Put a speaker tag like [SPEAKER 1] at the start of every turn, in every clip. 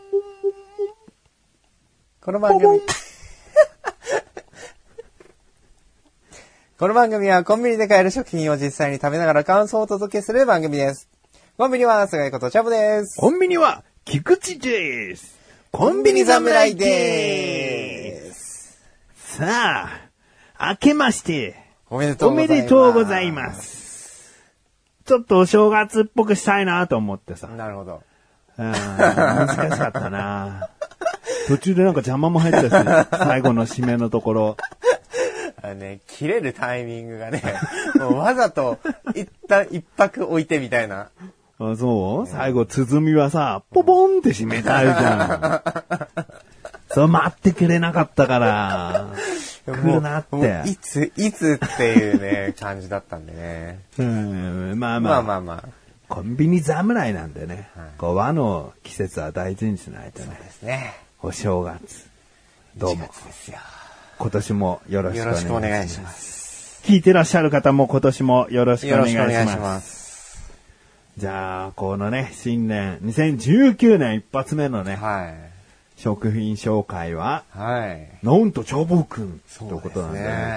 [SPEAKER 1] この番組この番組はコンビニで買える食品を実際に食べながら感想をお届けする番組です。コンビニは菅井ことチャボです。
[SPEAKER 2] コンビニは菊池です。
[SPEAKER 1] コンビニ侍です。
[SPEAKER 2] さあ、明けまして
[SPEAKER 1] おめでとうございます。
[SPEAKER 2] ちょっとお正月っぽくしたいなと思ってさ。
[SPEAKER 1] なるほど。
[SPEAKER 2] 難しかったな。途中でなんか邪魔も入ったし、最後の締めのところ。
[SPEAKER 1] 切れるタイミングがね、もうわざと一旦一泊置いてみたいな。
[SPEAKER 2] あ、そう？最後、鼓はさ、ポポンって締めたいじゃん。そう、待ってくれなかったから、来るなって。
[SPEAKER 1] いつっていうね、感じだったんでね。
[SPEAKER 2] まあ。コンビニ侍なんでね、こう和の季節は大事にしないとね。
[SPEAKER 1] そうですね。
[SPEAKER 2] お正月。どうも。
[SPEAKER 1] 1月ですよ。
[SPEAKER 2] 今年もよろしくお願いします。聞いてらっしゃる方も今年もよろしくお願いします。じゃあ、このね、新年、2019年一発目のね、食品紹介は、なんとチャボくんということなんで、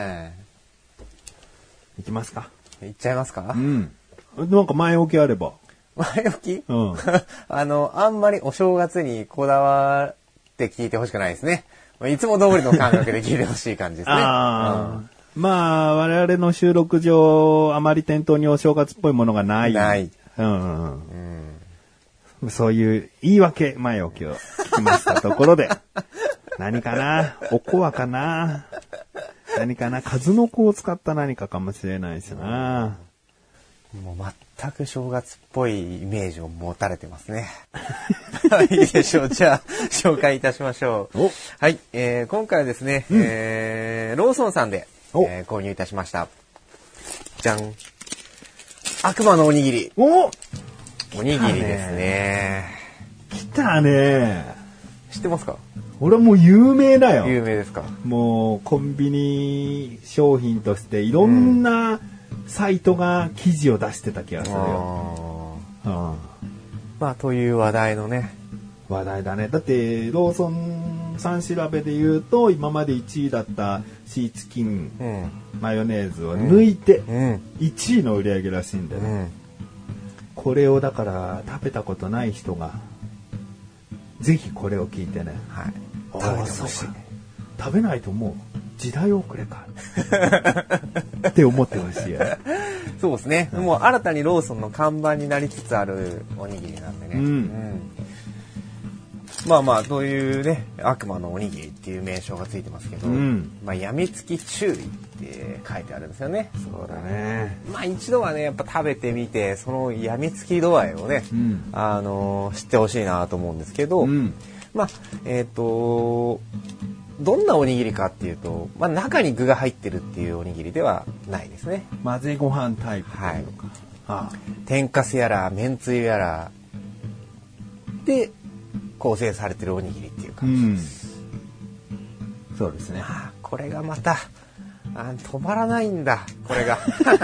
[SPEAKER 2] いきますか。
[SPEAKER 1] いっちゃいますか。
[SPEAKER 2] なんか前置きあれば。
[SPEAKER 1] 前置き？あんまりお正月にこだわって聞いてほしくないですね。いつも通りの感覚で聞いてほしい感じですね。ま
[SPEAKER 2] あ、我々の収録上、あまり店頭にお正月っぽいものがない。
[SPEAKER 1] ない。
[SPEAKER 2] そういう言い訳、前置きを聞きましたところで、何かな？おこわかな？何かな？数の子を使った何かかもしれないしな。
[SPEAKER 1] もう全く正月っぽいイメージを持たれてますね。いいでしょう。じゃあ、紹介いたしましょう。はい、今回はですね、ローソンさんで、購入いたしました。じゃん。悪魔のおにぎり。おにぎりですね。
[SPEAKER 2] 来たね。
[SPEAKER 1] 知ってますか？
[SPEAKER 2] 俺はもう有名だよ。
[SPEAKER 1] 有名ですか？も
[SPEAKER 2] うコンビニ商品としていろんな、サイトが記事を出してた気がするよ。
[SPEAKER 1] まあ、という話題のね。
[SPEAKER 2] 話題だね。だって、ローソンさん調べで言うと、今まで1位だったシーチキン、マヨネーズを抜いて、1位の売り上げらしいんだよね。これをだから食べたことない人が、ぜひこれを聞いてね。食べてほしい。食べないともう、時代遅れかって思ってほしいよね。
[SPEAKER 1] そうですね、もう新たにローソンの看板になりつつあるおにぎりなんでね、まあというね、悪魔のおにぎりっていう名称がついてますけど、やみつき注意って書いてあるんですよね。
[SPEAKER 2] そうだね。
[SPEAKER 1] 一度はね、やっぱ食べてみて、そのやみつき度合いをね、知ってほしいなと思うんですけど、どんなおにぎりかっていうと、中に具が入ってるっていうおにぎりではないですね。
[SPEAKER 2] 混ぜご飯タイプというか、
[SPEAKER 1] 天かすやらめんつゆやらで構成されてるおにぎりっていう感じです。
[SPEAKER 2] そうですね。
[SPEAKER 1] これがまた止まらないんだ、これが。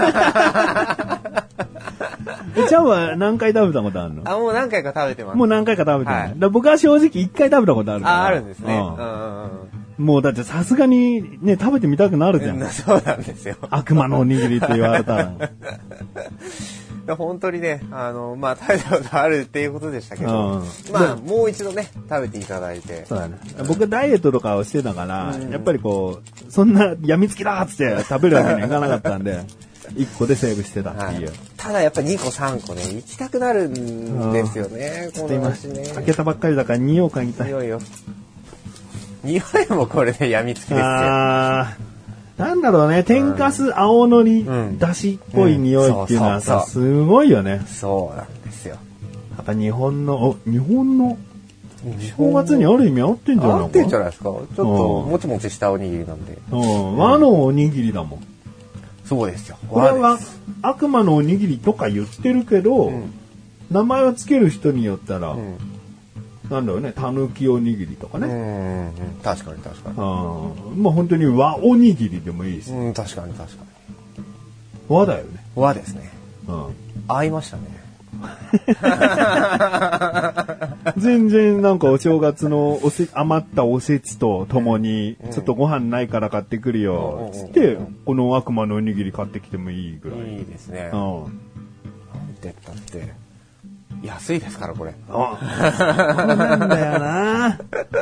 [SPEAKER 2] ちゃんは何回食べたことあるの？
[SPEAKER 1] もう何回か食べてます。
[SPEAKER 2] もう何回か食べてる、だ僕は正直1回食べたことあるから。
[SPEAKER 1] あるんですね。
[SPEAKER 2] もうだってさすがにね、食べてみたくなるじゃん。
[SPEAKER 1] そうなんですよ。
[SPEAKER 2] 悪魔のおにぎりって言われたら。
[SPEAKER 1] 本当にね、食べたことあるっていうことでしたけど、もう一度ね、食べていただいて。
[SPEAKER 2] そうだね。僕ダイエットとかをしてたから、やっぱりこう、そんなやみつきだっつって食べるわけにはいかなかったんで、1個でセーブしてたっていう。
[SPEAKER 1] ただやっぱ2個3個ね、行きたくなるんですよね、
[SPEAKER 2] この話ね。開けたばっかりだから匂いを嗅ぎたい。
[SPEAKER 1] 匂いもこれでやみつきですよ。
[SPEAKER 2] なんだろうね、天かす、青のり、だしっぽい匂いっていうのはさ、すごいよね。
[SPEAKER 1] そうなんですよ。
[SPEAKER 2] やっぱ日本の正月にある意味合ってんじゃないの？
[SPEAKER 1] 合ってんじゃないですか。ちょっともちもちしたおにぎりなんで。
[SPEAKER 2] 和のおにぎりだもん。
[SPEAKER 1] そうですよ。
[SPEAKER 2] これは悪魔のおにぎりとか言ってるけど、名前をつける人によったら、なんだろうね、たぬきおにぎりとかね。
[SPEAKER 1] 確かに確かに。
[SPEAKER 2] まあ本当に和おにぎりでもいいし。
[SPEAKER 1] 確かに確かに。
[SPEAKER 2] 和だよね。
[SPEAKER 1] 和ですね。合いましたね。
[SPEAKER 2] 全然なんかお正月の余ったおせちとともに、ちょっとご飯ないから買ってくるよ、つって、この悪魔のおにぎり買ってきてもいいぐらい。
[SPEAKER 1] いいですね。なんて言ったって、安いですから、これ。
[SPEAKER 2] なんだよな。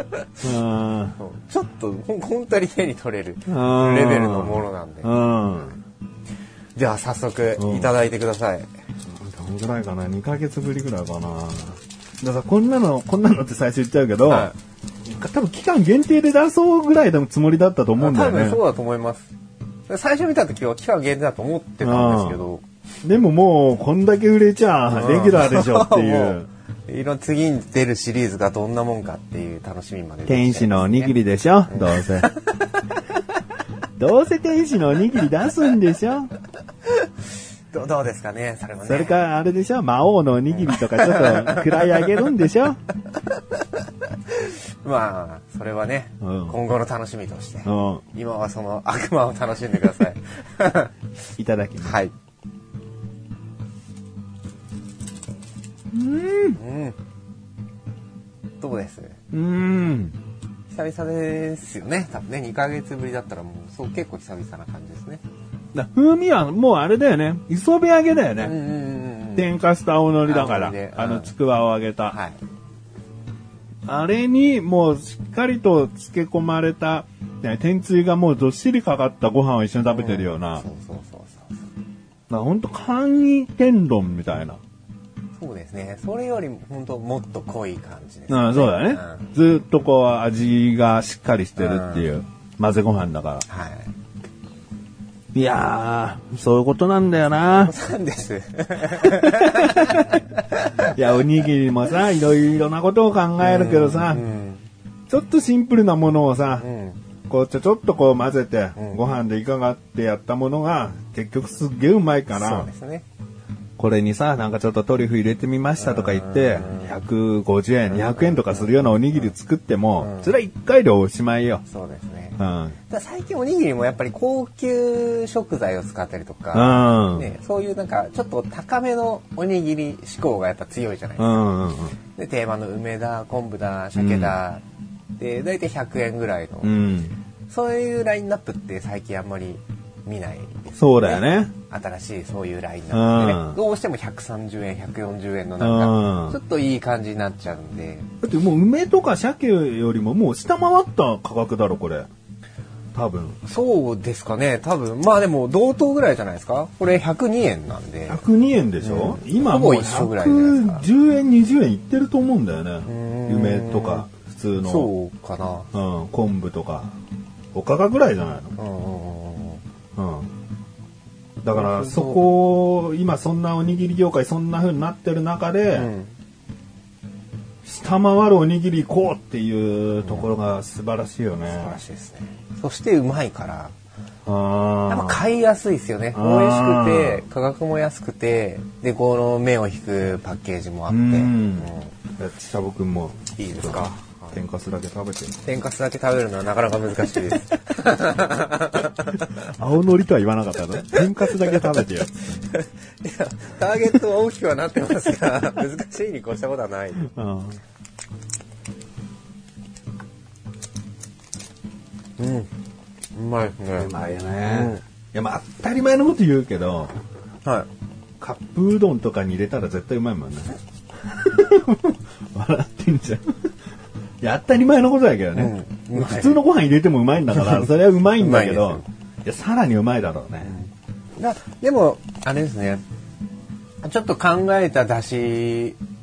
[SPEAKER 1] ちょっと、本当に手に取れるレベルのものなんで。では、早速、いただいてください。
[SPEAKER 2] どのぐらいかな、2ヶ月ぶりぐらいかな。だからこんなのって最初言っちゃうけど、多分期間限定で出そうぐらいのつもりだったと思うんだよね。
[SPEAKER 1] 多分そうだと思います。最初見た時は期間限定だと思ってたんですけど。
[SPEAKER 2] でももう、こんだけ売れちゃレギュラーでしょっていう。
[SPEAKER 1] 次に出るシリーズがどんなもんかっていう楽しみまで、ね。
[SPEAKER 2] 天使のおにぎりでしょ、どうせ。どうせ天使のおにぎり出すんでしょ。
[SPEAKER 1] どうですかね、それもね。
[SPEAKER 2] それか、あれでしょ、魔王のおにぎりとかちょっと食らい上げるんでしょ。
[SPEAKER 1] まあ、それはね、今後の楽しみとして、今はその悪魔を楽しんでください。
[SPEAKER 2] いただきます。
[SPEAKER 1] はい。どうです？久々ですよね。多分ね、2ヶ月ぶりだったらもう結構久々な感じですね。
[SPEAKER 2] 風味はもうあれだよね。磯辺揚げだよね。天かすと青のりだから。ちくわを揚げた。はい。あれにもうしっかりと漬け込まれた、天つゆがもうどっしりかかったご飯を一緒に食べてるような。ほんと簡易天丼みたいな。
[SPEAKER 1] そうですね。それよりも本当もっと濃い感じです
[SPEAKER 2] ね。そうだね。ずっとこう味がしっかりしてるっていう混ぜご飯だから。はい。いやー、そういうことなんだよな。
[SPEAKER 1] そうなんです。
[SPEAKER 2] いや、おにぎりもさ、いろいろなことを考えるけどさ、ちょっとシンプルなものをさ、こうちょっとこう混ぜて、ご飯でいかがってやったものが、結局すっげえうまいから、
[SPEAKER 1] そうですね。
[SPEAKER 2] これにさ、なんかちょっとトリュフ入れてみましたとか言って、150円、200円とかするようなおにぎり作っても、それは1回でおしまいよ。
[SPEAKER 1] そうですね。最近おにぎりもやっぱり高級食材を使ったりとか、そういうなんかちょっと高めのおにぎり志向がやっぱ強いじゃないですか。で、定番の梅だ、昆布だ、鮭だ、で、だいたい100円ぐらいの、そういうラインナップって最近あんまり見ないですね。
[SPEAKER 2] そうだよね。
[SPEAKER 1] 新しいそういうラインナップでね、どうしても130円、140円のなんか、ちょっといい感じになっちゃうんで。
[SPEAKER 2] だってもう梅とか鮭よりももう下回った価格だろ、これ。多分。
[SPEAKER 1] そうですかね、多分。まあでも同等ぐらいじゃないですか。これ102円なんで。
[SPEAKER 2] 102円でしょ、今もう110円、20円いってると思うんだよね。梅とか、普通の。
[SPEAKER 1] そうかな。
[SPEAKER 2] 昆布とか。おかかぐらいじゃないの？だからそこ今そんなおにぎり業界そんな風になってる中で、下回るおにぎり行こうっていうところが素晴らしいよね。
[SPEAKER 1] 素晴らしいですね。そしてうまいからやっぱ買いやすいですよね。美味しくて価格も安くて、でこの目を引くパッケージもあって、
[SPEAKER 2] ちさぼくんも
[SPEAKER 1] いいですか。
[SPEAKER 2] 天かすだけ食べてる。
[SPEAKER 1] 天かすだけ食べるのはなかなか難しいです。
[SPEAKER 2] 青のりとは言わなかったの？天かすだけ食べてよ。い
[SPEAKER 1] や、ターゲットは大きくはなってますが、難しいに越したことはない。うまいですね。
[SPEAKER 2] うまいよね。いや、まあ当たり前のこと言うけど、
[SPEAKER 1] はい。
[SPEAKER 2] カップうどんとかに入れたら絶対うまいもんね。笑ってんじゃん。いや、当たり前のことだけどね。普通のご飯入れてもうまいんだから、それはうまいんだけど、いや、さらにうまいだろうね。
[SPEAKER 1] でも、あれですね。ちょっと考えた出汁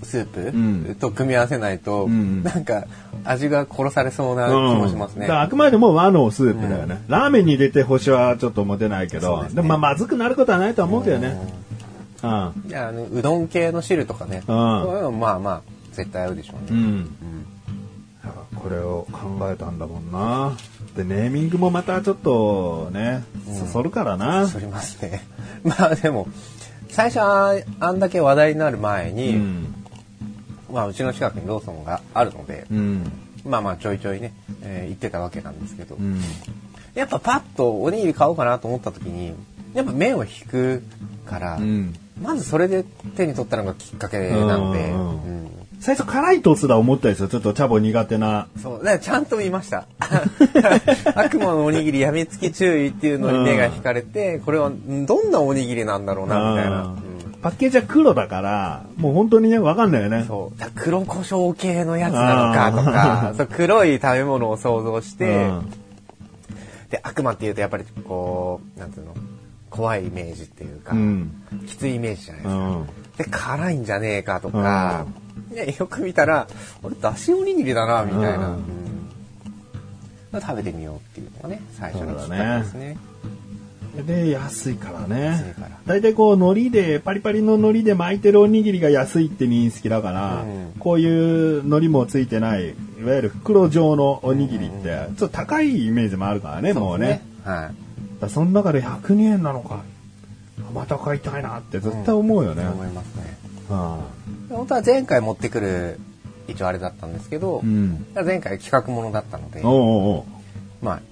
[SPEAKER 1] スープと組み合わせないと、なんか味が殺されそうな気もしますね。
[SPEAKER 2] あくまでも和のスープだよね。ラーメンに入れて星はちょっと持てないけど、でもまずくなることはないと思うけどね。
[SPEAKER 1] いやうどん系の汁とかね、そういうのまあまあ絶対合うでしょうね。
[SPEAKER 2] これを考えたんだもんな。でネーミングもまたちょっとね、そそるからな。
[SPEAKER 1] そそりますね。まあでも最初はあんだけ話題になる前に、まあうちの近くにローソンがあるので、まあまあちょいちょいね、行ってたわけなんですけど、やっぱパッとおにぎり買おうかなと思った時にやっぱ目を引くから、まずそれで手に取ったのがきっかけなので、
[SPEAKER 2] 最初辛いとすら思ったですよ。ちょっとチャボ苦手な。
[SPEAKER 1] そうね、ちゃんと見ました。悪魔のおにぎりやみつき注意っていうのに目が引かれて、これはどんなおにぎりなんだろうなみたいな。
[SPEAKER 2] パッケージは黒だからもう本当にね分かんないよね。
[SPEAKER 1] そうだ黒胡椒系のやつなのかとか、そう黒い食べ物を想像して、で悪魔っていうとやっぱりこうなんていうの怖いイメージっていうか、きついイメージじゃないですか。で辛いんじゃねえかとか。よく見たら俺だしおにぎりだなみたいな、食べてみようっていうのがね最初のきっかけですね。
[SPEAKER 2] で安いからね。だいたいこう海苔でパリパリの海苔で巻いてるおにぎりが安いって認識だから、こういう海苔もついてないいわゆる袋状のおにぎりってちょっと高いイメージもあるからね、もうね。だその中で102円なのかまた買いたいなって絶対思うよね。
[SPEAKER 1] 思いますね。本当は前回持ってくる一応あれだったんですけど、前回企画ものだったので、まあ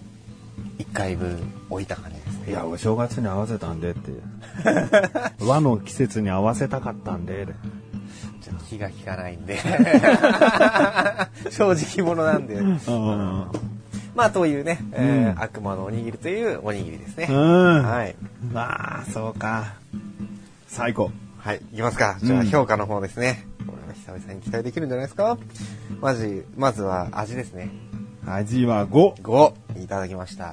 [SPEAKER 1] 1回分置いた感じですね。
[SPEAKER 2] いやお正月に合わせたんでって和の季節に合わせたかったんで
[SPEAKER 1] ちょっと気が利かないんで正直者なんでまあというね、悪魔のおにぎりというおにぎりですね。はい。
[SPEAKER 2] まあそうか最高。
[SPEAKER 1] はい、いきますか。じゃあ評価の方ですね。これは久々に期待できるんじゃないですか。まずは味ですね。
[SPEAKER 2] 味は5。
[SPEAKER 1] 5いただきました。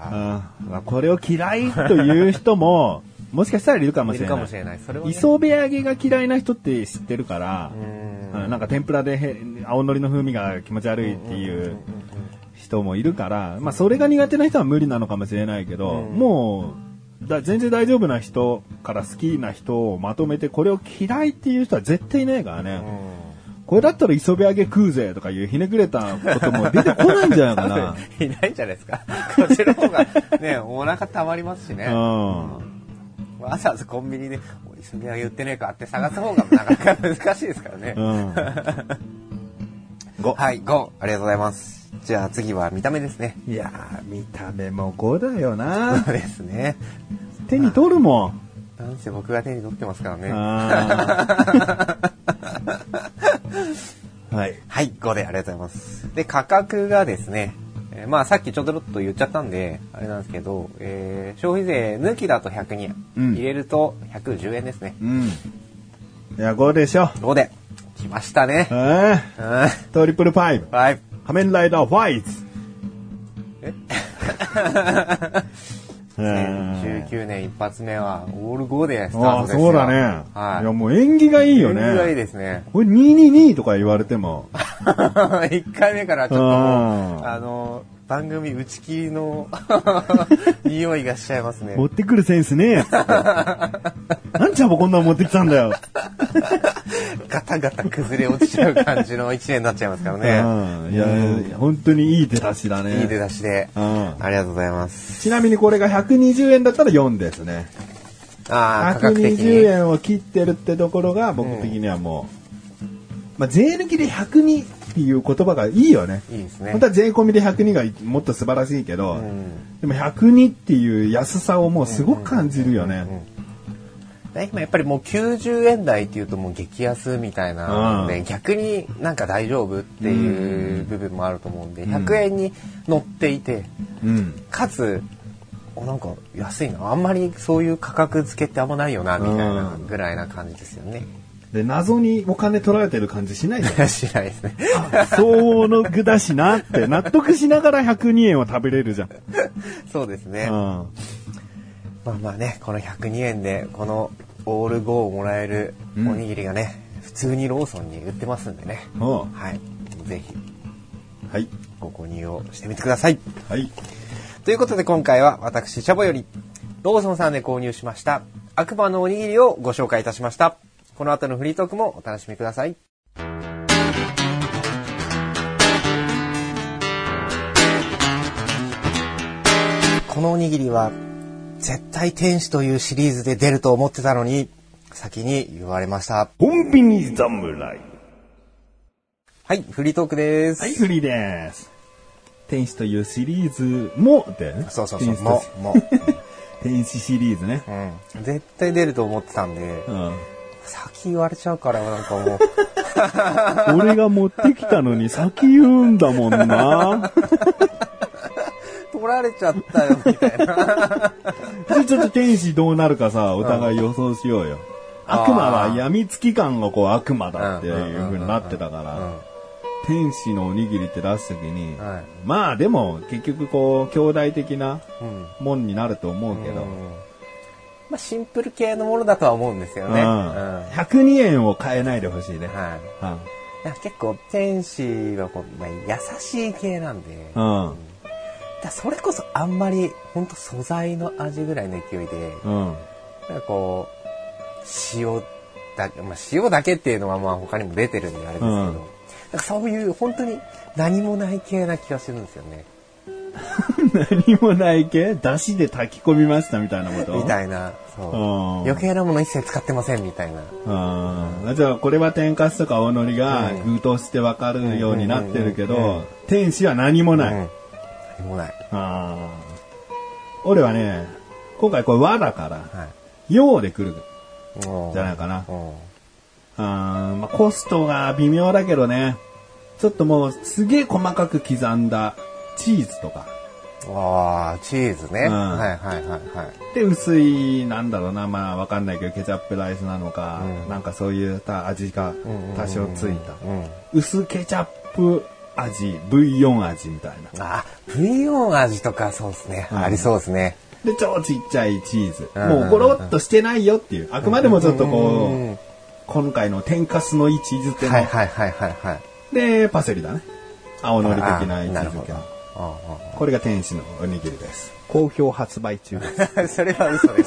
[SPEAKER 2] これを嫌いという人ももしかしたらいるかもしれない。
[SPEAKER 1] いるかもしれない。それはね。
[SPEAKER 2] 磯辺揚げが嫌いな人って知ってるから、なんか天ぷらで青のりの風味が気持ち悪いっていう人もいるから、まあそれが苦手な人は無理なのかもしれないけど、もう全然大丈夫な人から好きな人をまとめてこれを嫌いっていう人は絶対いないからね。これだったら磯辺揚げ食うぜとかいうひねくれたことも出てこないんじゃないかな。
[SPEAKER 1] いないんじゃないですか。こっちの方がね、お腹たまりますしね。わざわざコンビニで磯辺揚げ売ってねえかって探す方がなかなか難しいですからね。5。はい、5。ありがとうございます。じゃあ次は見た目ですね。
[SPEAKER 2] いやー、見た目も5だよな。
[SPEAKER 1] そうですね。
[SPEAKER 2] 手に取るもん。
[SPEAKER 1] なんせ僕が手に取ってますからね。
[SPEAKER 2] はい。
[SPEAKER 1] はい、5でありがとうございます。で、価格がですね、まあさっきちょっと言っちゃったんで、あれなんですけど、消費税抜きだと102円、入れると110円ですね。
[SPEAKER 2] いや、5でしょ。
[SPEAKER 1] 5で。来ましたね。
[SPEAKER 2] トリプル5。仮面ライダーファイズ。
[SPEAKER 1] 2019年一発目はオール5でスタートですよ。
[SPEAKER 2] そうだね。いやもう縁起がいいよね。
[SPEAKER 1] 縁起がいいですね。
[SPEAKER 2] これ222とか言われても。
[SPEAKER 1] 1回目からちょっともう、番組打ち切りの匂いがしちゃいますね。
[SPEAKER 2] 持ってくるセンスねえ。なんちゃぼこんなの持ってきたんだよ。
[SPEAKER 1] ガタガタ崩れ落ちちゃう感じの1年になっちゃいますからね。
[SPEAKER 2] いや、本当にいい出だしだね。
[SPEAKER 1] いい出だしで。ありがとうございます。
[SPEAKER 2] ちなみにこれが120円だったら4ですね。120円を切ってるってところが僕的にはもう、まあ、税抜きで102っていう言葉がいいよね。
[SPEAKER 1] いいですね。
[SPEAKER 2] 本当は税込みで102がもっと素晴らしいけど、でも102っていう安さをもうすごく感じるよね。
[SPEAKER 1] 今やっぱりもう90円台っていうともう激安みたいなので、逆になんか大丈夫っていう部分もあると思うんで、100円に乗っていて、かつなんか安いな、あんまりそういう価格付けってあんまないよなみたいなぐらいな感じですよね。
[SPEAKER 2] で謎にお金取られてる感じしないじゃん。
[SPEAKER 1] しないですね。
[SPEAKER 2] そうの具だしなって納得しながら102円を食べれるじゃん。
[SPEAKER 1] そうですね。まあまあね、この102円でこのオール5をもらえるおにぎりがね、 普通にローソンに売ってますんでね。はい。ぜひ、
[SPEAKER 2] はい。
[SPEAKER 1] ご購入をしてみてください。
[SPEAKER 2] はい。
[SPEAKER 1] ということで今回は私、チャボより、ローソンさんで購入しました、悪魔のおにぎりをご紹介いたしました。この後のフリートークもお楽しみください。このおにぎりは絶対天使というシリーズで出ると思ってたのに先に言われました。
[SPEAKER 2] コンビニ侍。
[SPEAKER 1] はい、フリートークです。
[SPEAKER 2] はい、フリーです。天使というシリーズもだよね。
[SPEAKER 1] そうも
[SPEAKER 2] 天使シリーズね。
[SPEAKER 1] 絶対出ると思ってたんで、先言われちゃうからなんかも
[SPEAKER 2] う俺が持ってきたのに先言うんだもんな。
[SPEAKER 1] 取られちゃったよみたいな。
[SPEAKER 2] ちょっと天使どうなるかさ、お互い予想しようよ。悪魔は病みつき感がこう悪魔だっていう風になってたから、天使のおにぎりって出すときに、まあでも結局こう兄弟的なもんになると思うけど、
[SPEAKER 1] まあシンプル系のものだとは思うんですよね。
[SPEAKER 2] 102円を買えないでほしいね。
[SPEAKER 1] 結構天使はこう、優しい系なんで、それこそあんまり本当素材の味ぐらいの勢いで、なんかこう塩だけっていうのはまあ他にも出てるんであれですけど、なんかそういう本当に何もない系な気がするんですよね。
[SPEAKER 2] 何もない系？出汁で炊き込みましたみたいなこと？
[SPEAKER 1] みたいな。そう。余計なもの一切使ってませんみたいな。
[SPEAKER 2] じゃあこれは天かすとか青のりが具として分かるようになってるけど、天使は何もない。
[SPEAKER 1] 何もない。
[SPEAKER 2] 俺はね、今回これ和だから、洋で来るじゃないかな。まあ、コストが微妙だけどね、ちょっともうすげえ細かく刻んだチーズとか。
[SPEAKER 1] チーズね。
[SPEAKER 2] で、薄い、なんだろうな、まあわかんないけど、ケチャップライスなのか、なんかそういう味が多少ついた。薄ケチャップ味、ブイヨン味みたいな。
[SPEAKER 1] ブイヨン味とかそうですね。ありそうですね。
[SPEAKER 2] で、超ちっちゃいチーズ。もうゴロッとしてないよっていう。あくまでもちょっとこう、今回の天かすのいいチーズっての。で、パセリだね。青のり的なチーズ系。これが天使のおにぎりです。好評発売中です。
[SPEAKER 1] それは嘘です。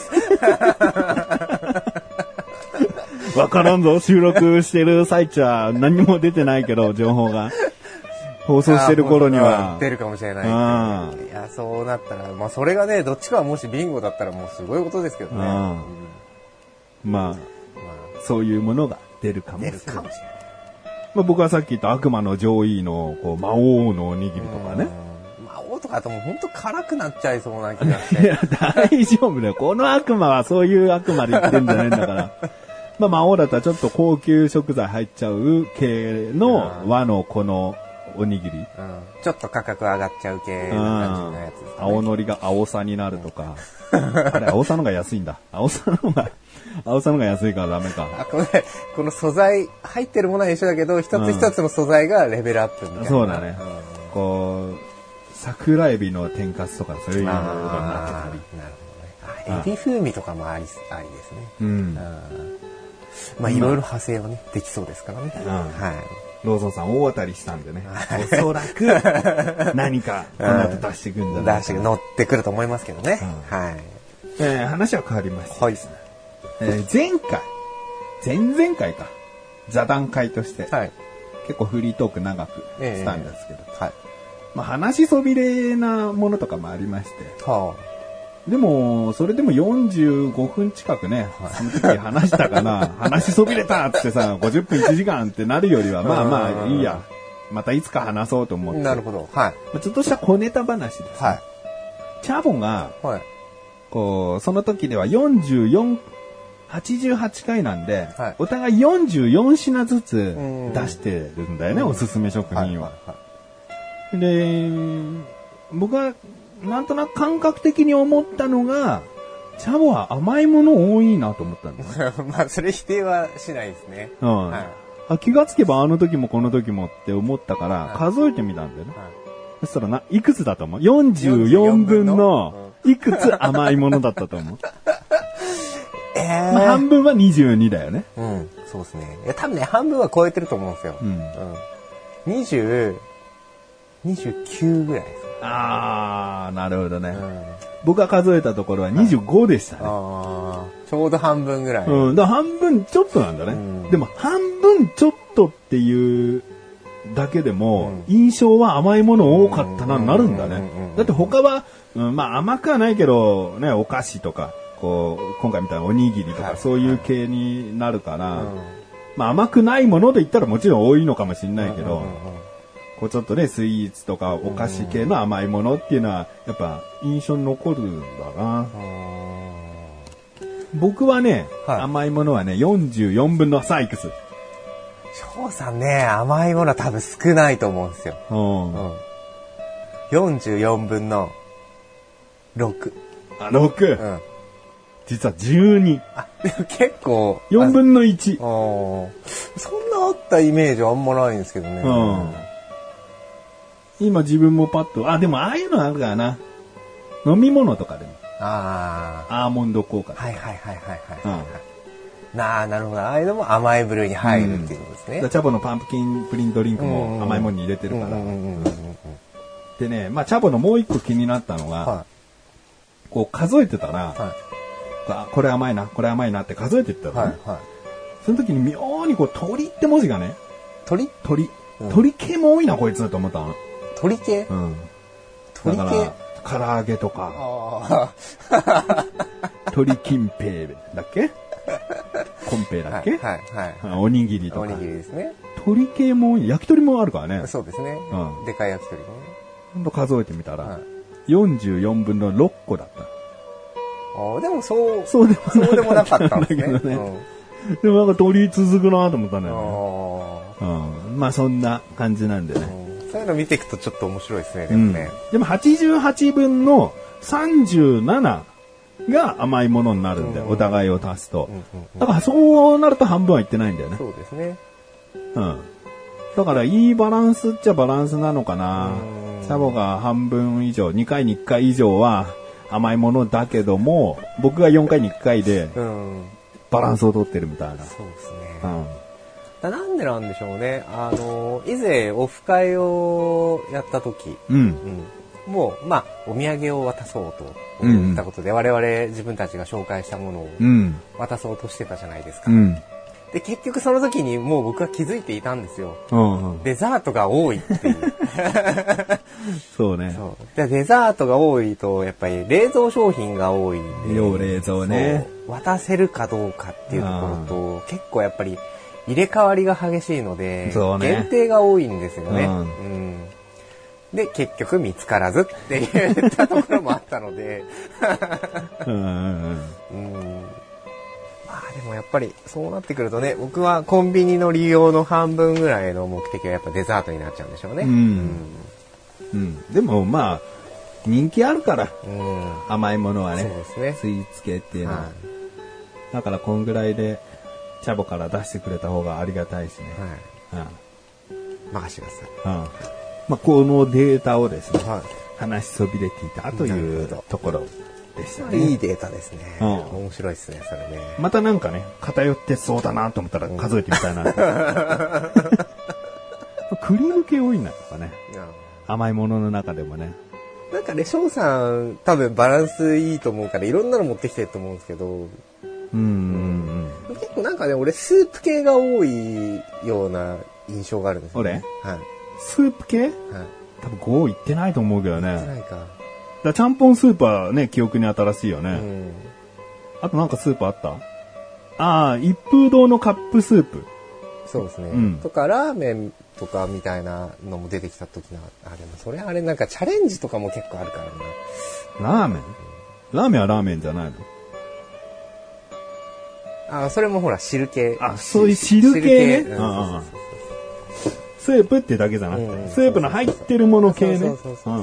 [SPEAKER 2] わからんぞ。収録してる最中は何も出てないけど、情報が。放送してる頃には。
[SPEAKER 1] 出るかもしれない。いや、そうなったら、まあそれがね、どっちかはもしビンゴだったらもうすごいことですけどね。
[SPEAKER 2] まあ、そういうものが出るかもしれない。まあ、僕はさっき言った悪魔の上位のこう魔王のおにぎりとかね。
[SPEAKER 1] 魔王とかだともう本当辛くなっちゃいそうな気がして。
[SPEAKER 2] いや、大丈夫だよ。この悪魔はそういう悪魔で言ってんじゃないんだから。まあ魔王だったらちょっと高級食材入っちゃう系の和のこのおにぎり。
[SPEAKER 1] ちょっと価格上がっちゃう系の感じのやつですね。
[SPEAKER 2] 青のりが青さになるとか。あれ、青さのが安いんだ。青さのが安いからダメか。
[SPEAKER 1] この素材、入ってるものは一緒だけど、一つ一つの素材がレベルアップみたいな。
[SPEAKER 2] そうだね。こう、桜エビの天かすとかそういうのがなってたり。
[SPEAKER 1] なるほどね。エビ風味とかもありですね。まあいろいろ派生はね、できそうですからね。
[SPEAKER 2] ローソンさん大当たりしたんでね。おそらく何かこの後出してくるんじゃないかな。
[SPEAKER 1] 乗ってくると思いますけどね。
[SPEAKER 2] 話は変わりましてですね。前々回か。座談会として、結構フリートーク長くしたんですけど、まあ話しそびれなものとかもありまして、でも、それでも45分近くね、その時話したかな、話しそびれたってさ、50分1時間ってなるよりは、まあまあいいや。またいつか話そうと思って。
[SPEAKER 1] なるほど。
[SPEAKER 2] ちょっとした小ネタ話です、ね。チャボが、こう、その時では88回なんで、お互い44品ずつ出してるんだよね、おすすめ食品は。で、僕は、なんとなく感覚的に思ったのが、チャボは甘いもの多いなと思ったんだよ。
[SPEAKER 1] まあ、それ否定はしないですね。
[SPEAKER 2] 気がつけばあの時もこの時もって思ったから、数えてみたんだよね。そしたらいくつだと思う ?44 分の、いくつ甘いものだったと思う半分は22だよね。
[SPEAKER 1] そうですね。いや、多分ね、半分は超えてると思うんですよ。29ぐらいです。
[SPEAKER 2] あー、なるほどね。僕が数えたところは25でしたね。
[SPEAKER 1] ちょうど半分ぐらい。
[SPEAKER 2] だから半分ちょっとなんだね。でも半分ちょっとっていうだけでも、印象は甘いもの多かったな、なるんだね。だって他は、まあ甘くはないけど、ね、お菓子とか、こう、今回みたいなおにぎりとか、そういう系になるから、まあ甘くないもので言ったらもちろん多いのかもしれないけど、こうちょっとね、スイーツとかお菓子系の甘いものっていうのは、やっぱ印象に残るんだな。僕はね、甘いものはね、44分のサイクス。
[SPEAKER 1] 翔さんね、甘いものは多分少ないと思うんですよ。44分の6。
[SPEAKER 2] あ、6。実は12。
[SPEAKER 1] あ、でも結構。
[SPEAKER 2] 4分の1。
[SPEAKER 1] そんなあったイメージあんまないんですけどね。
[SPEAKER 2] 今自分もパッと、でもああいうのあるからな。飲み物とかでも。アーモンド効果とか。
[SPEAKER 1] なるほど。ああいうのも甘い部類に入るっていうことですね。
[SPEAKER 2] チャボのパンプキンプリンドリンクも甘いものに入れてるから。でね、まあチャボのもう一個気になったのが、こう数えてたら、これ甘いな、これ甘いなって数えてったら、その時に妙にこう鳥って文字がね、鳥系も多いなこいつと思ったの。
[SPEAKER 1] 鳥系？
[SPEAKER 2] だから唐揚げとか、鳥きんぺいだっけ？コンペイだっけ？おにぎりとか。
[SPEAKER 1] おにぎりですね。
[SPEAKER 2] 鳥系も多い。焼き鳥もあるからね。
[SPEAKER 1] そうですね。でかい焼き鳥ね。
[SPEAKER 2] ほんと数えてみたら、44分の6個だった。
[SPEAKER 1] でもそうでもなかったんですね。
[SPEAKER 2] でもなんか鳥続くなと思ったんだよね。まあそんな感じなんでね。
[SPEAKER 1] そういうの見ていくとちょっと面白いですね、でもね。
[SPEAKER 2] でも88分の37が甘いものになるんだよ、お互いを足すと。だからそうなると半分はいってないんだよね。
[SPEAKER 1] そうですね。
[SPEAKER 2] だからいいバランスっちゃバランスなのかな。チャボが半分以上、2回に1回以上は甘いものだけども、僕が4回に1回でバランスをとってるみたいな。
[SPEAKER 1] そうですね。なんでなんでしょうね。以前オフ会をやった時、もう、まあ、お土産を渡そうと思ったことで、我々自分たちが紹介したものを渡そうとしてたじゃないですか。で、結局その時にもう僕は気づいていたんですよ。デザートが多いっていう。
[SPEAKER 2] そうね。
[SPEAKER 1] でデザートが多いと、やっぱり冷蔵商品が多いんで。
[SPEAKER 2] 要冷蔵ね。
[SPEAKER 1] 渡せるかどうかっていうところと、結構やっぱり入れ替わりが激しいので、限定が多いんですよね。で、結局見つからずって言ったところもあったので。まあでもやっぱりそうなってくるとね、僕はコンビニの利用の半分ぐらいの目的はやっぱデザートになっちゃうんでしょうね。
[SPEAKER 2] でもまあ、人気あるから、甘いものはね。
[SPEAKER 1] そうですね。
[SPEAKER 2] スイーツ系っていうのは。だからこんぐらいで、チャボから出してくれた方がありがたいしね。
[SPEAKER 1] 任してください。
[SPEAKER 2] まあ、このデータをですね、話しそびれていたというところでしたね。
[SPEAKER 1] いいデータですね。面白いですね、それね。
[SPEAKER 2] またなんかね、偏ってそうだなと思ったら数えてみたいな。クリーム系多いんだとかね。甘いものの中でもね。
[SPEAKER 1] なんかね、翔さん多分バランスいいと思うからいろんなの持ってきてると思うんですけど、結構なんかね、俺スープ系が多いような印象があるんですよね。
[SPEAKER 2] スープ系？多分5いってないと思うけどね。
[SPEAKER 1] いってないか。
[SPEAKER 2] ちゃんぽんスープはね、記憶に新しいよね。あとなんかスープあった？一風堂のカップスープ。
[SPEAKER 1] そうですね。とか、ラーメンとかみたいなのも出てきた時の、でもそれあれなんかチャレンジとかも結構あるから
[SPEAKER 2] な。ラーメン？ラーメンはラーメンじゃない
[SPEAKER 1] の？それもほら、汁系。
[SPEAKER 2] そういう汁系ね。スープってだけじゃなくて、スープの入ってるもの系ね。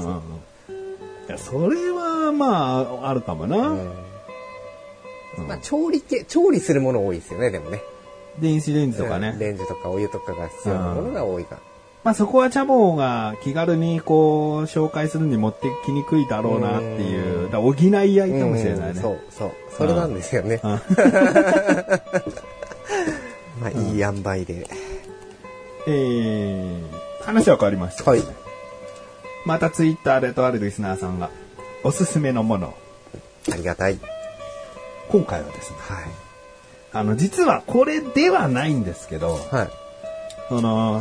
[SPEAKER 2] それはまあ、あるかもな。
[SPEAKER 1] まあ、調理するもの多いですよね、でもね。
[SPEAKER 2] 電子レンジとかね。
[SPEAKER 1] レンジとかお湯とかが必要なものが多いから。
[SPEAKER 2] まあそこはチャボが気軽にこう、紹介するに持ってきにくいだろうなっていう、補い合いかもしれないね。
[SPEAKER 1] そう。それなんですよね。まあ、 いい塩梅で。
[SPEAKER 2] 話は変わりました。
[SPEAKER 1] はい。
[SPEAKER 2] またツイッターでとあるリスナーさんがおすすめのもの。
[SPEAKER 1] ありがたい。
[SPEAKER 2] 今回はですね。
[SPEAKER 1] はい。
[SPEAKER 2] 実はこれではないんですけど、
[SPEAKER 1] はい。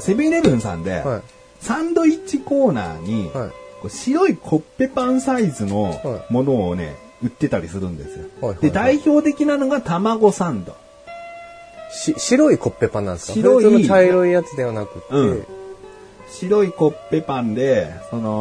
[SPEAKER 2] セブンイレブンさんで、
[SPEAKER 1] はい、
[SPEAKER 2] サンドイッチコーナーに、
[SPEAKER 1] はい、
[SPEAKER 2] こう白いコッペパンサイズのものをね、売ってたりするんですよ。
[SPEAKER 1] はいはいはい、
[SPEAKER 2] で、代表的なのが卵サンド。
[SPEAKER 1] 白いコッペパンなんですか？
[SPEAKER 2] 白い。
[SPEAKER 1] 普通の茶色いやつではなくて、
[SPEAKER 2] 白いコッペパンで、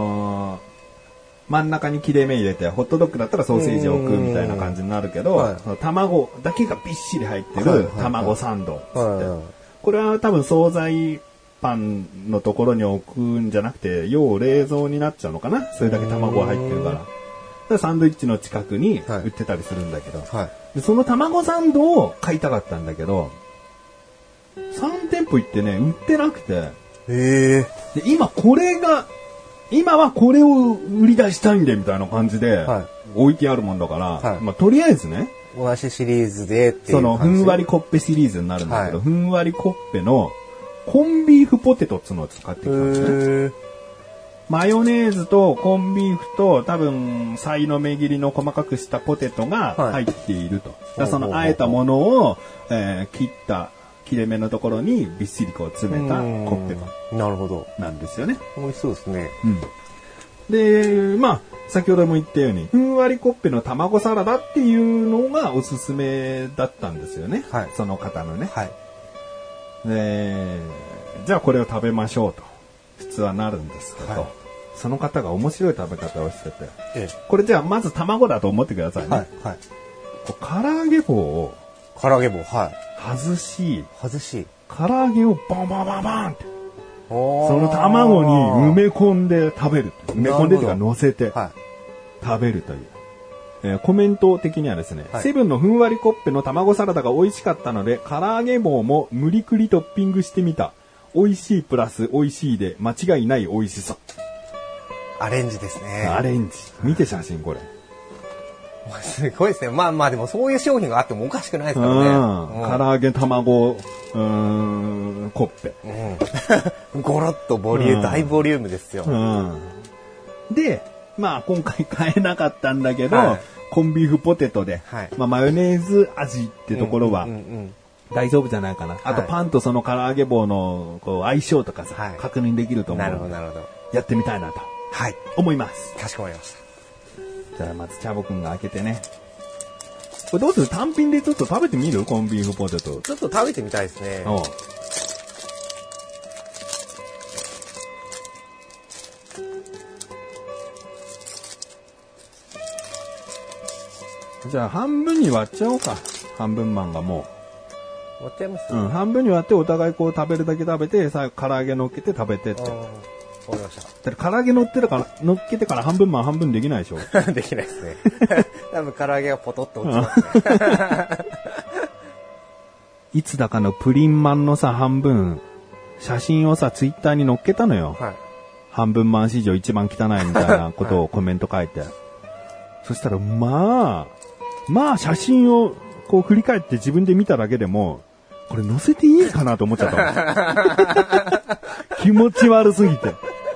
[SPEAKER 2] 真ん中に切れ目入れて、ホットドッグだったらソーセージを置くみたいな感じになるけど、はい、卵だけがびっしり入ってる卵サンドって、これは多分惣菜パンのところに置くんじゃなくて、要冷蔵になっちゃうのかな？それだけ卵が入ってるから。だからサンドイッチの近くに売ってたりするんだけど、はい、でその卵サンドを買いたかったんだけど、3店舗行ってね、売ってなくて、で今はこれを売り出したいんでみたいな感じで置いてあるもんだから、はい、まあとりあえずね、
[SPEAKER 1] 同じシリーズでっていう
[SPEAKER 2] そのふんわりコッペシリーズになるんだけど、はい、ふんわりコッペのコンビーフポテトっつうのを使ってきたんですね。マヨネーズとコンビーフと多分サイの目切りの細かくしたポテトが入っていると。はい、その和えたものを、切った切れ目のところにびっしりこう詰めたコッペパン。
[SPEAKER 1] なるほど。
[SPEAKER 2] なんですよね。
[SPEAKER 1] 美味しそうですね。
[SPEAKER 2] うん。で、まあ、先ほども言ったように、ふんわりコッペの卵サラダっていうのがおすすめだったんですよね。はい。その方のね。はい。で、じゃあこれを食べましょうと、普通はなるんですけど、はい、その方が面白い食べ方をしてて、これじゃあまず卵だと思ってくださいね。はい。はい。唐揚げ棒を、
[SPEAKER 1] はい。
[SPEAKER 2] 外し、唐揚げをバンバンバンバンって、その卵に埋め込んで食べる。埋め込んでというか乗せて食べるという。コメント的にはですね、はい、セブンのふんわりコッペの卵サラダが美味しかったので、唐揚げ棒も無理くりトッピングしてみた。美味しいプラス美味しいで間違いない美味しさ。
[SPEAKER 1] アレンジですね。
[SPEAKER 2] アレンジ。見て写真これ。
[SPEAKER 1] すごいですね。まあまあでもそういう商品があってもおかしくないですからね。
[SPEAKER 2] 唐揚げ卵、コッペ。
[SPEAKER 1] ゴロッと大ボリュームですよ。
[SPEAKER 2] で、まあ今回買えなかったんだけど、はい、コンビーフポテトで、はい、まあマヨネーズ味ってところは大丈夫じゃないかな。あとパンとその唐揚げ棒のこう相性とかさ、はい、確認できると思う。
[SPEAKER 1] なるほど。
[SPEAKER 2] やってみたいなと、はい、思います。
[SPEAKER 1] かしこまりました。
[SPEAKER 2] じゃあまずチャボくんが開けてね。これどうする？単品でちょっと食べてみる？コンビーフポテト。
[SPEAKER 1] ちょっと食べてみたいですね。
[SPEAKER 2] じゃあ半分に割っちゃおうか。半分マンがも
[SPEAKER 1] う。割っちゃいます？
[SPEAKER 2] 半分に割ってお互いこう食べるだけ食べて、最後唐揚げ乗っけて食べてって。
[SPEAKER 1] わかりました。
[SPEAKER 2] だって唐揚げ乗っけてから半分マン半分できないでしょ？
[SPEAKER 1] できないですね。多分唐揚げがポトッと落ちますね。
[SPEAKER 2] いつだかのプリンマンのさ、半分、写真をさ、ツイッターに載っけたのよ。はい。半分マン史上一番汚いみたいなことをコメント書いて。そしたら、まあ写真をこう振り返って自分で見ただけでも、これ載せていいかなと思っちゃったの。気持ち悪すぎて。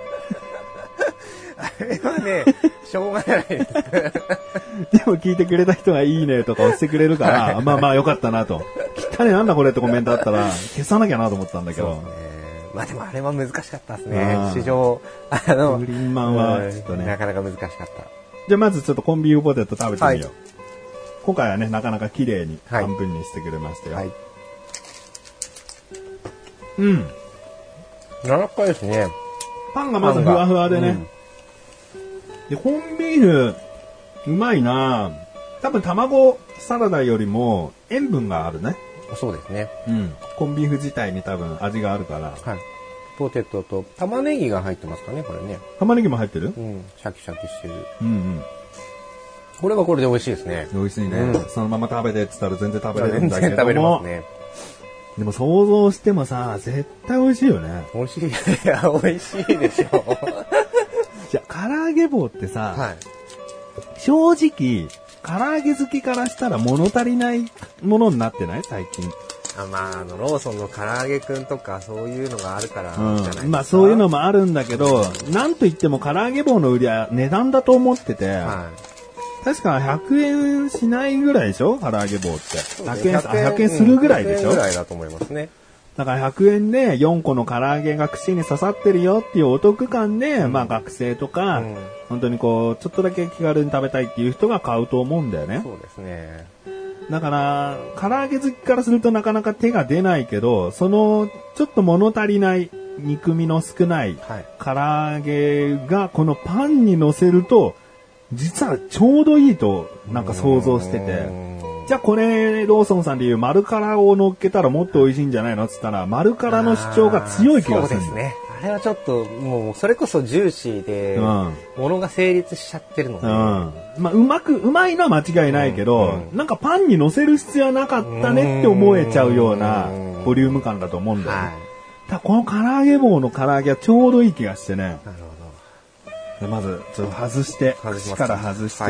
[SPEAKER 1] あれはね、しょうがないです。で
[SPEAKER 2] も聞いてくれた人がいいねとか押してくれるから、まあよかったなと。汚ねなんだこれってコメントあったら、消さなきゃなと思ったんだけど。
[SPEAKER 1] まあでもあれは難しかったですね。史上、
[SPEAKER 2] プリンマンはちょっとね。
[SPEAKER 1] なかなか難しかった。
[SPEAKER 2] じゃあまずちょっとコンビーフポテト食べてみよう。はい、今回はね、なかなか綺麗に半分にしてくれましたよ。はい。うん。
[SPEAKER 1] 柔らかいですね。
[SPEAKER 2] パンがまずふわふわでね。で、コンビーフ、うまいな。多分卵サラダよりも塩分があるね。
[SPEAKER 1] そうですね。
[SPEAKER 2] うん。コンビーフ自体に多分味があるから。
[SPEAKER 1] はい。ポテトと玉ねぎが入ってますかね、これね。
[SPEAKER 2] 玉ねぎも入ってる？
[SPEAKER 1] うん。シャキシャキしてる。
[SPEAKER 2] うんうん。
[SPEAKER 1] これはこれで美味しいですね。
[SPEAKER 2] 美味しいね。そのまま食べてって言ったら全然食べれるんだけども。
[SPEAKER 1] 全然食べれますね。
[SPEAKER 2] でも想像してもさ、絶対美味しいよね。
[SPEAKER 1] 美味しい。いや、美味しいでしょ。
[SPEAKER 2] じゃあ、唐揚げ棒ってさ、はい、正直、唐揚げ好きからしたら物足りないものになってない？最近。
[SPEAKER 1] ローソンの唐揚げくんとかそういうのがあるからじゃないですか。
[SPEAKER 2] まあそういうのもあるんだけど、なんといっても唐揚げ棒の売りは値段だと思ってて、確か100円しないぐらいでしょ唐揚げ棒って。100円するぐらいでしょ、
[SPEAKER 1] 100円ぐらいだと思いますね。
[SPEAKER 2] だから100円で4個の唐揚げが串に刺さってるよっていうお得感で、まあ学生とか、本当にこう、ちょっとだけ気軽に食べたいっていう人が買うと思うんだよね。
[SPEAKER 1] そうですね。
[SPEAKER 2] だから、唐揚げ好きからするとなかなか手が出ないけど、その、ちょっと物足りない、肉味の少ない唐揚げがこのパンに乗せると、実はちょうどいいとなんか想像してて、じゃあこれローソンさんでいう丸辛を乗っけたらもっと美味しいんじゃないのって言ったら、丸辛の主張が強い気がする。
[SPEAKER 1] そうですね。あれはちょっともうそれこそジューシーで、ものが成立しちゃってるので、
[SPEAKER 2] まあうまいのは間違いないけど、なんかパンに乗せる必要はなかったねって思えちゃうようなボリューム感だと思うんだよね。ただこの唐揚げ棒の唐揚げはちょうどいい気がしてね。
[SPEAKER 1] なるほ
[SPEAKER 2] ど。まずちょっと外して、口から外して、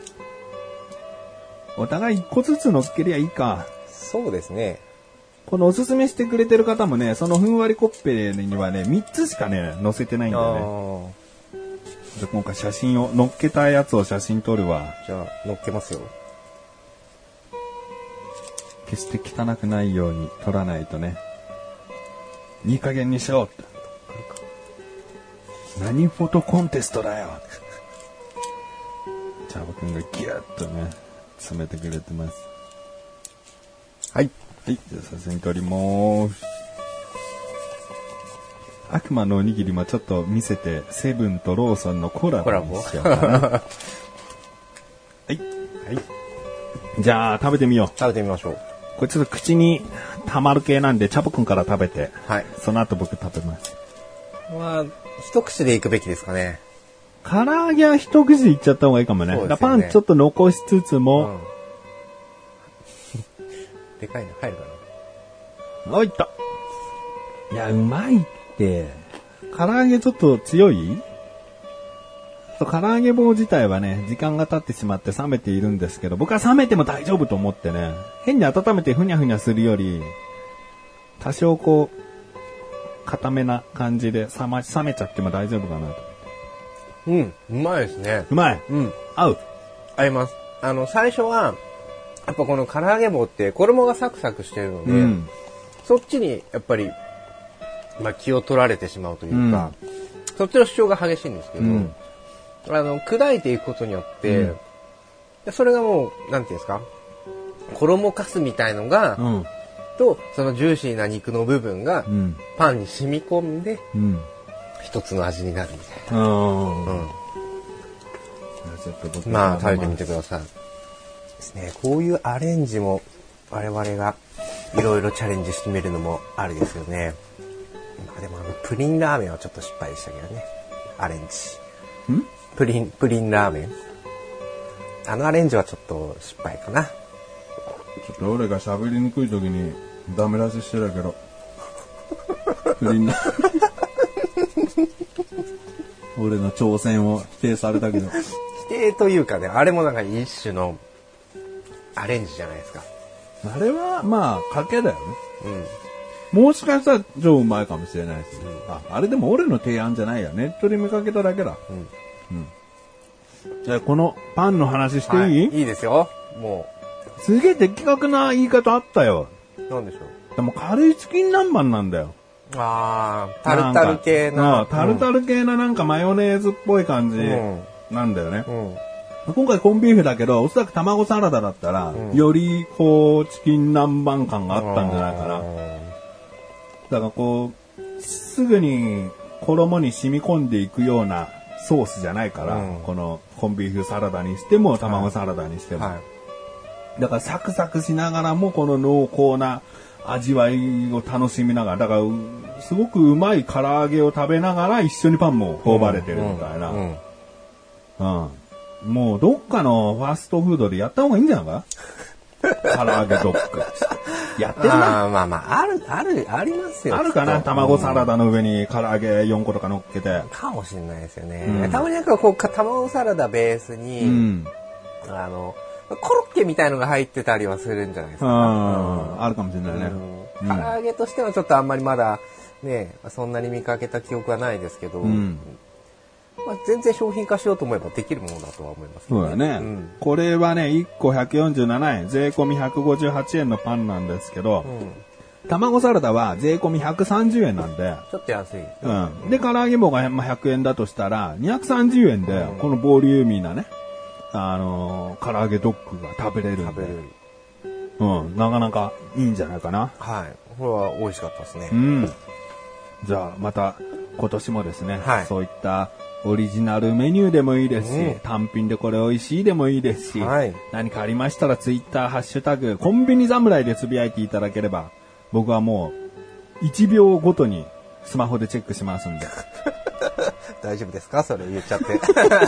[SPEAKER 2] お互い一個ずつ乗っけりゃいいか。
[SPEAKER 1] そうですね。
[SPEAKER 2] このおすすめしてくれてる方もね、そのふんわりコッペにはね、3つしかね、載せてないんだよね。じゃあ今回写真を、乗っけたやつを写真撮るわ。
[SPEAKER 1] じゃあ、乗っけますよ。
[SPEAKER 2] 決して汚くないように撮らないとね。いい加減にしようって。何フォトコンテストだよ。チャボくんがギュッとね、詰めてくれてます。はい。はい、じゃあ写真撮ります。悪魔のおにぎりもちょっと見せて、セブンとローソンのコラボにしようかな。はい。はい。じゃあ食べてみよう。
[SPEAKER 1] 食べてみましょう。
[SPEAKER 2] これちょっと口に溜まる系なんで、チャボくんから食べて、
[SPEAKER 1] はい。
[SPEAKER 2] その後僕食べます。
[SPEAKER 1] まあ、一口でいくべきですかね。
[SPEAKER 2] 唐揚げは一口でいっちゃった方がいいかもね。ね、パンちょっと残しつつも、
[SPEAKER 1] でかいの入るか
[SPEAKER 2] な。おいった。いや、うまいって。唐揚げちょっと強い？唐揚げ棒自体はね、時間が経ってしまって冷めているんですけど、僕は冷めても大丈夫と思ってね、変に温めてふにゃふにゃするより、多少こう、固めな感じで冷めちゃっても大丈夫かなと。
[SPEAKER 1] うん、うまいですね。
[SPEAKER 2] うまい。
[SPEAKER 1] うん。
[SPEAKER 2] 合う。
[SPEAKER 1] 合います。最初は、やっぱこの唐揚げ棒って衣がサクサクしてるので、そっちにやっぱり、まあ、気を取られてしまうというか、そっちの主張が激しいんですけど、砕いていくことによって、それがもう、なんていうんですか、衣かすみたいのが、と、そのジューシーな肉の部分が、パンに染み込んで、一つの味になるみたいな。まあ、食べてみてください。ですね。こういうアレンジも我々がいろいろチャレンジしてみるのもありですよね。でもプリンラーメンはちょっと失敗でしたけどね。アレンジ。プリンラーメン。アレンジはちょっと失敗かな。ち
[SPEAKER 2] ょっと俺が喋りにくい時にダメ出ししてたけど。プリンラーメン。俺の挑戦を否定されたけど。
[SPEAKER 1] 否定というかね、あれもなんか一種のアレンジじゃないですか。
[SPEAKER 2] あれはまあ賭けだよね。もしかしたら超うまいかもしれないし、あれでも俺の提案じゃないよ。ネットで見かけただけだ。じゃあこのパンの話していい？
[SPEAKER 1] いいですよ。も
[SPEAKER 2] うすげえ的確な言い方あったよ。
[SPEAKER 1] なんでしょう。
[SPEAKER 2] でも軽いチキン南蛮なんだよ。
[SPEAKER 1] タルタル系な。
[SPEAKER 2] タルタル系ななんかマヨネーズっぽい感じなんだよね。今回コンビーフだけど、おそらく卵サラダだったら、よりこうチキン南蛮感があったんじゃないかな。だからこう、すぐに衣に染み込んでいくようなソースじゃないから、このコンビーフサラダにしても卵サラダにしても。だからサクサクしながらもこの濃厚な味わいを楽しみながら、だからすごくうまい唐揚げを食べながら一緒にパンも頬張れてるみたいな。もうどっかのファストフードでやった方がいいんじゃないか？唐揚げドッグ。やってるな。
[SPEAKER 1] まあ、ありますよ。
[SPEAKER 2] あるかな？卵サラダの上に唐揚げ4個とか乗っけて。
[SPEAKER 1] かもしれないですよね。たまになんかこう、卵サラダベースに、 コロッケみたいのが入ってたりはするんじゃないですか。
[SPEAKER 2] あるかもしれないね。
[SPEAKER 1] 唐揚げとしてはちょっとあんまりまだね、そんなに見かけた記憶はないですけど、まあ、全然商品化しようと思えばできるものだとは思いますね。
[SPEAKER 2] そうだね。これはね、1個147円、税込み158円のパンなんですけど、卵サラダは税込み130円なんで、
[SPEAKER 1] ちょっと安い。
[SPEAKER 2] で、唐揚げ棒が100円だとしたら、230円で、このボリューミーなね、唐揚げドッグが食べれるんで。なかなかいいんじゃないかな。
[SPEAKER 1] はい。これは美味しかったですね。
[SPEAKER 2] じゃあ、また、今年もですね、そういったオリジナルメニューでもいいですし、単品でこれ美味しいでもいいですし、何かありましたらツイッター、ハッシュタグ、コンビニ侍でつぶやいていただければ、僕はもう、1秒ごとにスマホでチェックしますんで。
[SPEAKER 1] 大丈夫ですかそれ言っちゃって。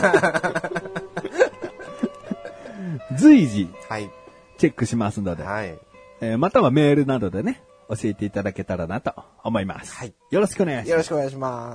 [SPEAKER 2] 随時、チェックしますので、またはメールなどでね、教えていただけたらなと思います。よろしくお願いします。
[SPEAKER 1] よろしくお願いします。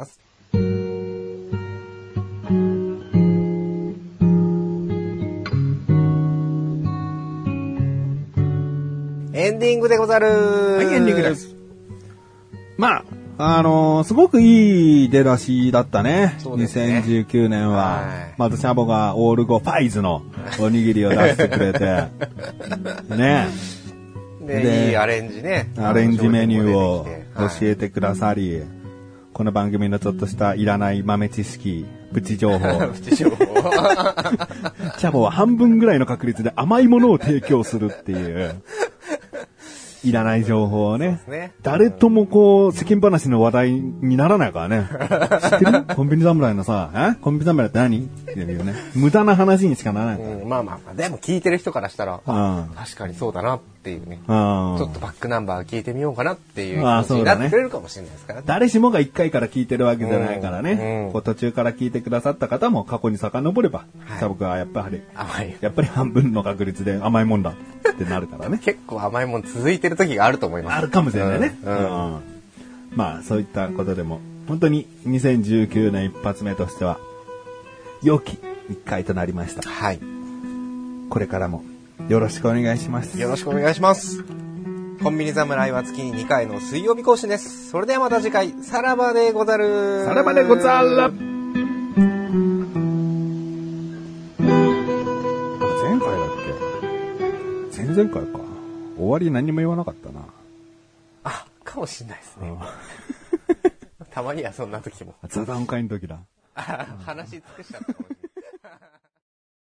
[SPEAKER 1] エンディングでござる。
[SPEAKER 2] はい、エンディングです。まあ、すごくいい出だしだったね。2019年は。まずシャボがオールゴファイズのおにぎりを出してくれて。ね。
[SPEAKER 1] で、いいアレンジね。
[SPEAKER 2] アレンジメニューを教えてくださり、この番組のちょっとしたいらない豆知識、プチ情報。
[SPEAKER 1] プチ情報。
[SPEAKER 2] シャボは半分ぐらいの確率で甘いものを提供するっていう。いらない情報をね。誰ともこう、世間話の話題にならないからね。知ってるコンビニ侍のさ、コンビニ侍って何っていうね。無駄な話にしかならないから。
[SPEAKER 1] まあまあ、でも聞いてる人からしたら、確かにそうだなっていうね。ちょっとバックナンバー聞いてみようかなっていう気持ちになってくれるかもしれないですからね。
[SPEAKER 2] 誰しもが1回から聞いてるわけじゃないからね。途中から聞いてくださった方も過去に遡れば、僕はやっぱり半分の確率で甘いもんだってなるからね。
[SPEAKER 1] 結構甘いもん続いてる時があると思います。
[SPEAKER 2] あるかもしれないね。まあそういったことでも本当に2019年一発目としては良き1回となりました。これからもよろしくお願いします。
[SPEAKER 1] よろしくお願いします。コンビニ侍は月に2回の水曜日更新です。それではまた次回、さらばでござる。
[SPEAKER 2] さらばでござる。前回だっけ？前々回か。終わり何も言わなかったな。
[SPEAKER 1] かもしれないですね。たまにはそんな時も。
[SPEAKER 2] 座談会の時だ。
[SPEAKER 1] 話尽くしちゃったかもしれない。